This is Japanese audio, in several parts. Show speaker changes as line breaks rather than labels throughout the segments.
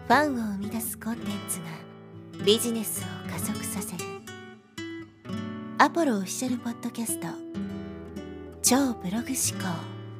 ファンを生み出すコンテンツがビジネスを加速させるアポロオフィシャルポッドキャスト超ブログ思考。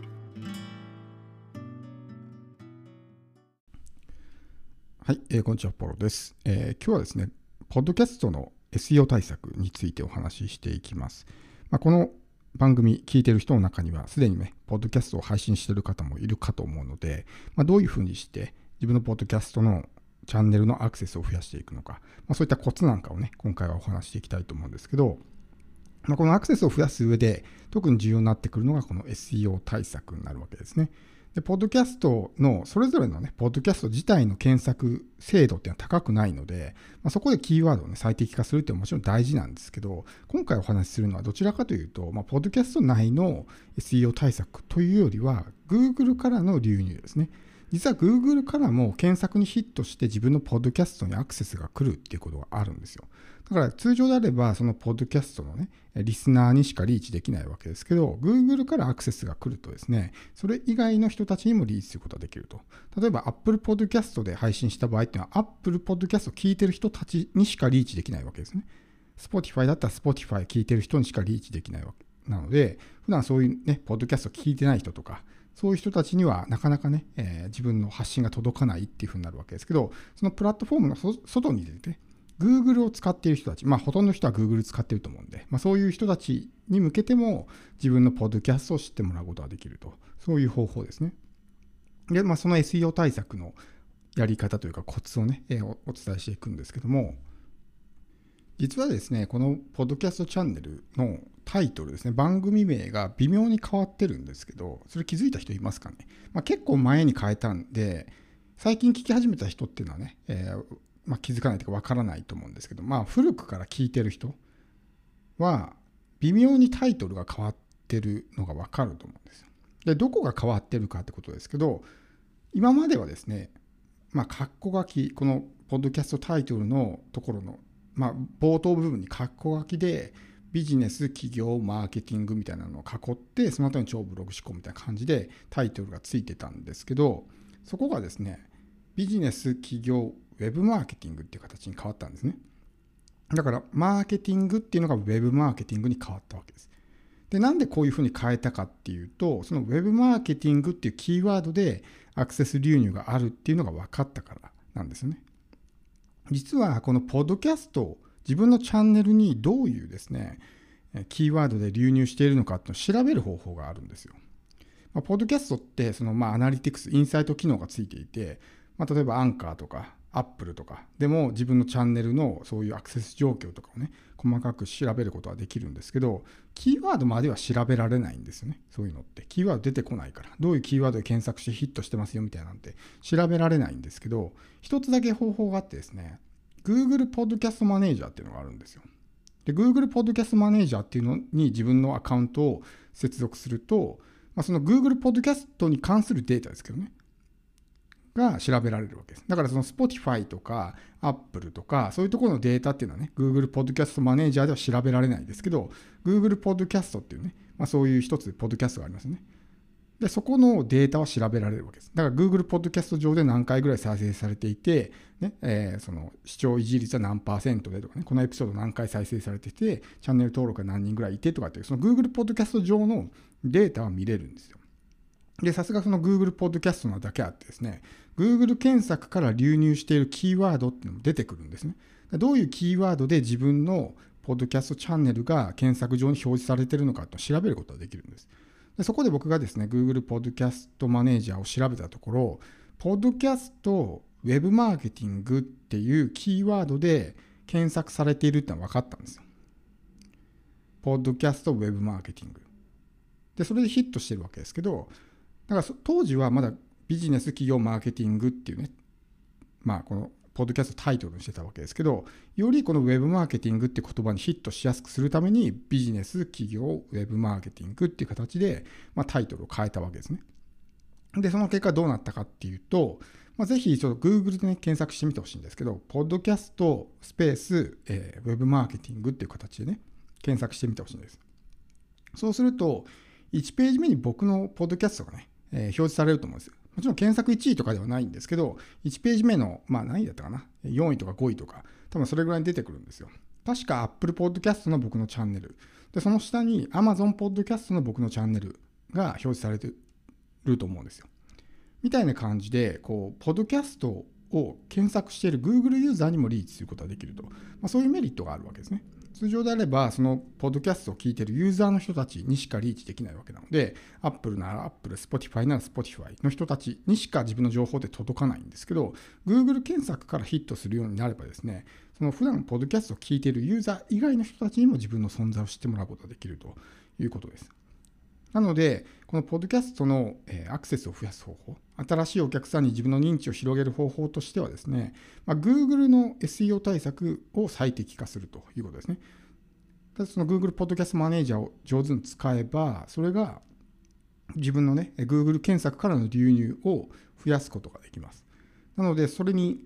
はい、こんにちは、アポロです。今日はですね、ポッドキャストの SEO 対策についてお話ししていきます。この番組聞いている人の中には、すでにね、ポッドキャストを配信している方もいるかと思うので、どういうふうにして自分のポッドキャストのチャンネルのアクセスを増やしていくのか、そういったコツなんかをね、今回はお話していきたいと思うんですけど、このアクセスを増やす上で、特に重要になってくるのがこの SEO 対策になるわけですね。で、ポッドキャストのそれぞれのね、ポッドキャスト自体の検索精度っていうのは高くないので、そこでキーワードをね、最適化するっていうのはもちろん大事なんですけど、今回お話しするのはどちらかというと、ポッドキャスト内の SEO 対策というよりは、Google からの流入ですね。実は Google からも検索にヒットして自分のポッドキャストにアクセスが来るっていうことがあるんですよ。だから通常であればそのポッドキャストのね、リスナーにしかリーチできないわけですけど、Google からアクセスが来るとですね、それ以外の人たちにもリーチすることができると。例えば Apple Podcast で配信した場合っていうのは Apple Podcast を聞いてる人たちにしかリーチできないわけですね。Spotify だったら Spotify 聞いてる人にしかリーチできないわけなので、普段そういうね、ポッドキャスト聞いてない人とか、そういう人たちにはなかなかね、自分の発信が届かないっていう風になるわけですけど、そのプラットフォームの外に出て、Google を使っている人たち、ほとんどの人は Google 使っていると思うんで、そういう人たちに向けても自分のポッドキャストを知ってもらうことができると。そういう方法ですね。で、その SEO 対策のやり方というかコツをね、お伝えしていくんですけども、実はですね、このポッドキャストチャンネルのタイトルですね、番組名が微妙に変わってるんですけど、それ気づいた人いますかね。結構前に変えたんで、最近聞き始めた人っていうのはね、気づかないというかわからないと思うんですけど、古くから聞いてる人は微妙にタイトルが変わってるのがわかると思うんですよ。で、どこが変わってるかってことですけど、今まではですね、括弧書き、このポッドキャストタイトルのところの冒頭部分に括弧書きでビジネス、企業、マーケティングみたいなのを囲って、その後に超ブログ思考みたいな感じでタイトルがついてたんですけど、そこがですね、ビジネス、企業、ウェブマーケティングっていう形に変わったんですね。だからマーケティングっていうのがウェブマーケティングに変わったわけです。で、なんでこういうふうに変えたかっていうと、そのウェブマーケティングっていうキーワードでアクセス流入があるっていうのが分かったからなんですよね。実はこのポッドキャスト、自分のチャンネルにどういうですね、キーワードで流入しているのかっていうのを調べる方法があるんですよ。ポッドキャストってそのアナリティクス、インサイト機能がついていて、例えばアンカーとかアップルとかでも自分のチャンネルのそういうアクセス状況とかをね、細かく調べることができるんですけど、キーワードまでは調べられないんですよね。そういうのってキーワード出てこないから、どういうキーワードで検索してヒットしてますよみたいなんて調べられないんですけど、一つだけ方法があってですね、Google Podcast Manager っていうのがあるんですよ。で、Google Podcast Manager っていうのに自分のアカウントを接続すると、その Google Podcast に関するデータですけどね、が調べられるわけです。だからその Spotify とか Apple とかそういうところのデータっていうのはね、Google Podcast Manager では調べられないですけど、Google Podcast っていうね、そういう一つポッドキャストがありますね。で、そこのデータは調べられるわけです。だから Google Podcast 上で何回ぐらい再生されていて、その視聴維持率は何%でとかね、このエピソード何回再生されていて、チャンネル登録が何人ぐらいいてとかっていう、その Google Podcast 上のデータは見れるんですよ。で、さすがその Google Podcast なだけあってですね、Google 検索から流入しているキーワードっていうのも出てくるんですね。どういうキーワードで自分のポッドキャストチャンネルが検索上に表示されているのかと調べることができるんです。で、そこで僕がですね、Google Podcast Manager を調べたところ、ポッドキャスト、ウェブマーケティングっていうキーワードで検索されているってのは分かったんですよ。ポッドキャスト、ウェブマーケティング。で、それでヒットしてるわけですけど、だから当時はまだビジネス、企業、マーケティングっていうね、このポッドキャストタイトルにしてたわけですけど、よりこのウェブマーケティングって言葉にヒットしやすくするためにビジネス、企業、ウェブマーケティングっていう形で、タイトルを変えたわけですね。で、その結果どうなったかっていうと、ぜひちょっと Google でね、検索してみてほしいんですけど、ポッドキャストスペース、ウェブマーケティングっていう形でね、検索してみてほしいんです。そうすると、1ページ目に僕のポッドキャストがね、表示されると思うんですよ。 もちろん検索1位とかではないんですけど、1ページ目の、何位だったかな、4位とか5位とか、多分それぐらいに出てくるんですよ。確か Apple Podcast の僕のチャンネル。で、その下に Amazon Podcast の僕のチャンネルが表示されてると思うんですよ。みたいな感じで、ポッドキャストを検索している Google ユーザーにもリーチすることができると。そういうメリットがあるわけですね。通常であれば、そのポッドキャストを聞いているユーザーの人たちにしかリーチできないわけなので、Apple なら Apple、Spotify なら Spotify の人たちにしか自分の情報って届かないんですけど、Google 検索からヒットするようになればですね、その普段ポッドキャストを聞いているユーザー以外の人たちにも自分の存在を知ってもらうことができるということです。なので、このポッドキャストのアクセスを増やす方法、新しいお客さんに自分の認知を広げる方法としてはですね、Google の SEO 対策を最適化するということですね。その Google ポッドキャストマネージャーを上手に使えば、それが自分のね、Google 検索からの流入を増やすことができます。なので、それに、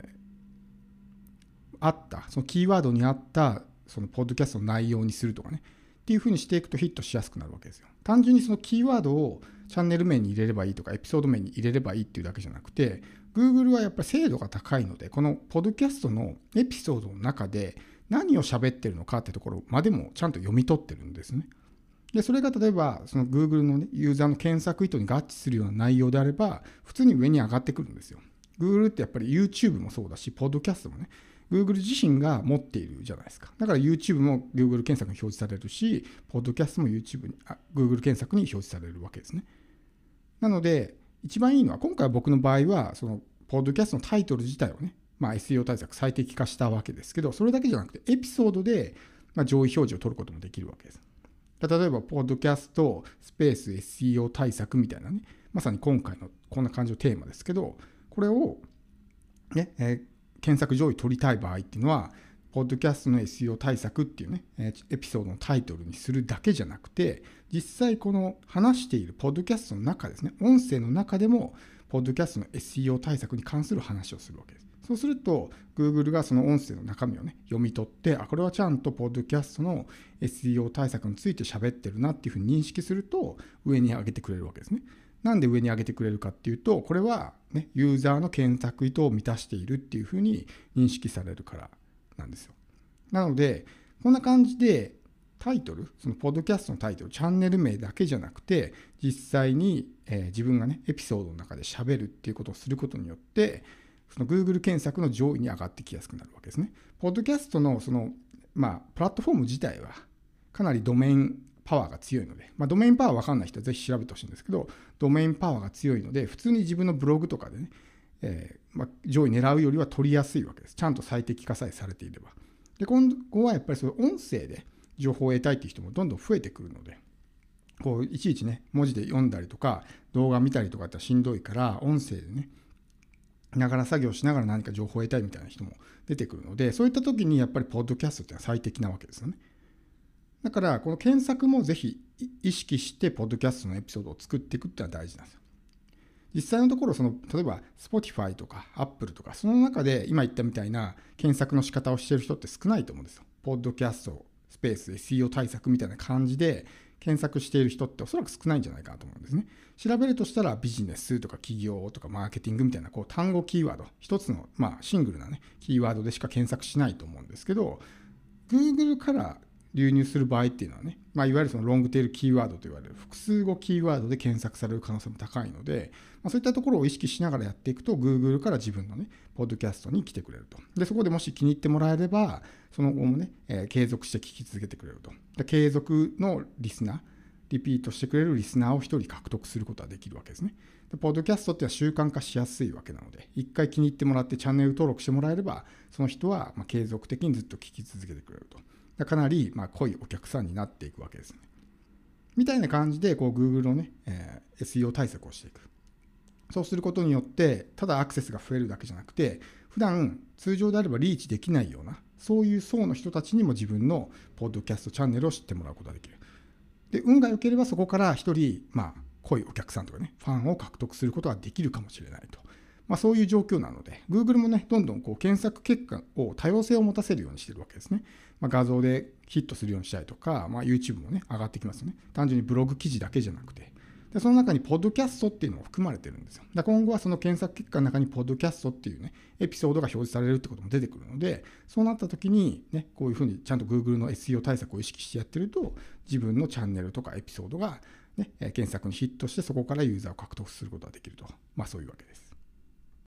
合った、そのキーワードに合った、そのポッドキャストの内容にするとかね、っていうふうにしていくとヒットしやすくなるわけですよ。単純にそのキーワードをチャンネル名に入れればいいとか、エピソード名に入れればいいっていうだけじゃなくて、Google はやっぱり精度が高いので、このポッドキャストのエピソードの中で何を喋ってるのかってところまでもちゃんと読み取ってるんですね。で、それが例えば、その Google の、ね、ユーザーの検索意図に合致するような内容であれば、普通に上に上がってくるんですよ。Google ってやっぱり YouTube もそうだし、ポッドキャストもね、Google 自身が持っているじゃないですか。だから YouTube も Google 検索に表示されるし、ポッドキャストも Google 検索に表示されるわけですね。なので、一番いいのは、今回は僕の場合は、そのポッドキャストのタイトル自体をね、SEO 対策最適化したわけですけど、それだけじゃなくて、エピソードで上位表示を取ることもできるわけです。例えば、ポッドキャストスペース SEO 対策みたいなね、まさに今回のこんな感じのテーマですけど、これを、ね、検索上位取りたい場合っていうのは、ポッドキャストの SEO 対策っていうね、エピソードのタイトルにするだけじゃなくて、実際この話しているポッドキャストの中ですね、音声の中でも、ポッドキャストの SEO 対策に関する話をするわけです。そうすると、Google がその音声の中身をね、読み取って、これはちゃんとポッドキャストの SEO 対策について喋ってるなっていうふうに認識すると、上に上げてくれるわけですね。なんで上に上げてくれるかっていうと、これは、ね、ユーザーの検索意図を満たしているっていうふうに認識されるからなんですよ。なので、こんな感じでタイトル、そのポッドキャストのタイトル、チャンネル名だけじゃなくて、実際に、自分がね、エピソードの中で喋るっていうことをすることによって、その Google 検索の上位に上がってきやすくなるわけですね。ポッドキャストのその、プラットフォーム自体はかなりドメインパワーが強いので、ドメインパワー分かんない人はぜひ調べてほしいんですけど、ドメインパワーが強いので、普通に自分のブログとかでね、上位狙うよりは取りやすいわけです。ちゃんと最適化さえされていれば。で、今後はやっぱりその音声で情報を得たいっていう人もどんどん増えてくるので、いちいちね、文字で読んだりとか、動画見たりとかってしんどいから、音声でね、ながら作業しながら何か情報を得たいみたいな人も出てくるので、そういった時にやっぱりポッドキャストってのは最適なわけですよね。だから、この検索もぜひ意識して、ポッドキャストのエピソードを作っていくっていうのは大事なんですよ。実際のところ、例えば Spotify とか Apple とか、その中で今言ったみたいな検索の仕方をしている人って少ないと思うんですよ。ポッドキャスト、スペース、SEO 対策みたいな感じで検索している人っておそらく少ないんじゃないかなと思うんですね。調べるとしたらビジネスとか企業とかマーケティングみたいな単語キーワード、一つのシングルなね、キーワードでしか検索しないと思うんですけど、Google から流入する場合っていうのはね、いわゆるそのロングテールキーワードと言われる複数語キーワードで検索される可能性も高いので、そういったところを意識しながらやっていくと、Google から自分のね、ポッドキャストに来てくれると。で、そこでもし気に入ってもらえれば、その後もね、継続して聞き続けてくれると。で、継続のリスナー、リピートしてくれるリスナーを一人獲得することができるわけですね。で、ポッドキャストってのは習慣化しやすいわけなので、一回気に入ってもらってチャンネル登録してもらえれば、その人は継続的にずっと聞き続けてくれると。かなり濃いお客さんになっていくわけですね。みたいな感じでGoogle のね、SEO 対策をしていく。そうすることによって、ただアクセスが増えるだけじゃなくて、普段通常であればリーチできないような、そういう層の人たちにも自分のポッドキャストチャンネルを知ってもらうことができる。で、運が良ければそこから一人、濃いお客さんとかね、ファンを獲得することができるかもしれないと。そういう状況なので、Google もね、どんどん検索結果を多様性を持たせるようにしているわけですね。画像でヒットするようにしたりとか、YouTube もね、上がってきますよね。単純にブログ記事だけじゃなくて、 でその中にポッドキャストっていうのも含まれてるんですよ。今後はその検索結果の中にポッドキャストっていうね、エピソードが表示されるってことも出てくるので、そうなった時にね、こういうふうにちゃんと Google の SEO 対策を意識してやってると、自分のチャンネルとかエピソードが、ね、検索にヒットして、そこからユーザーを獲得することができると。そういうわけです。